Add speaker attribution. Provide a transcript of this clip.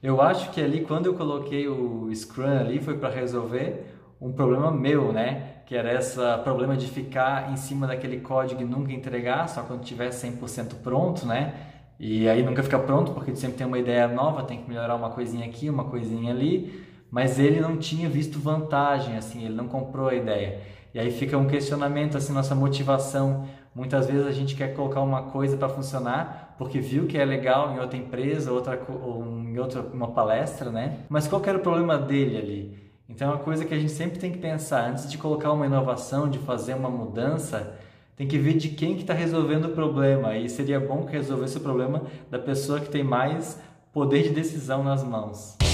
Speaker 1: Eu acho que ali, quando eu coloquei o Scrum ali, foi para resolver um problema meu, né? Que era esse problema de ficar em cima daquele código e nunca entregar, só quando tiver 100% pronto, né? E aí nunca fica pronto, porque sempre tem uma ideia nova, tem que melhorar uma coisinha aqui, uma coisinha ali, mas ele não tinha visto vantagem, assim, ele não comprou a ideia. E aí fica um questionamento, assim, nossa motivação. Muitas vezes a gente quer colocar uma coisa para funcionar porque viu que é legal em outra empresa, ou em outra uma palestra, né? Mas qual que era o problema dele ali? Então é uma coisa que a gente sempre tem que pensar antes de colocar uma inovação, de fazer uma mudança, tem que ver de quem que está resolvendo o problema. E seria bom que resolvesse o problema da pessoa que tem mais poder de decisão nas mãos.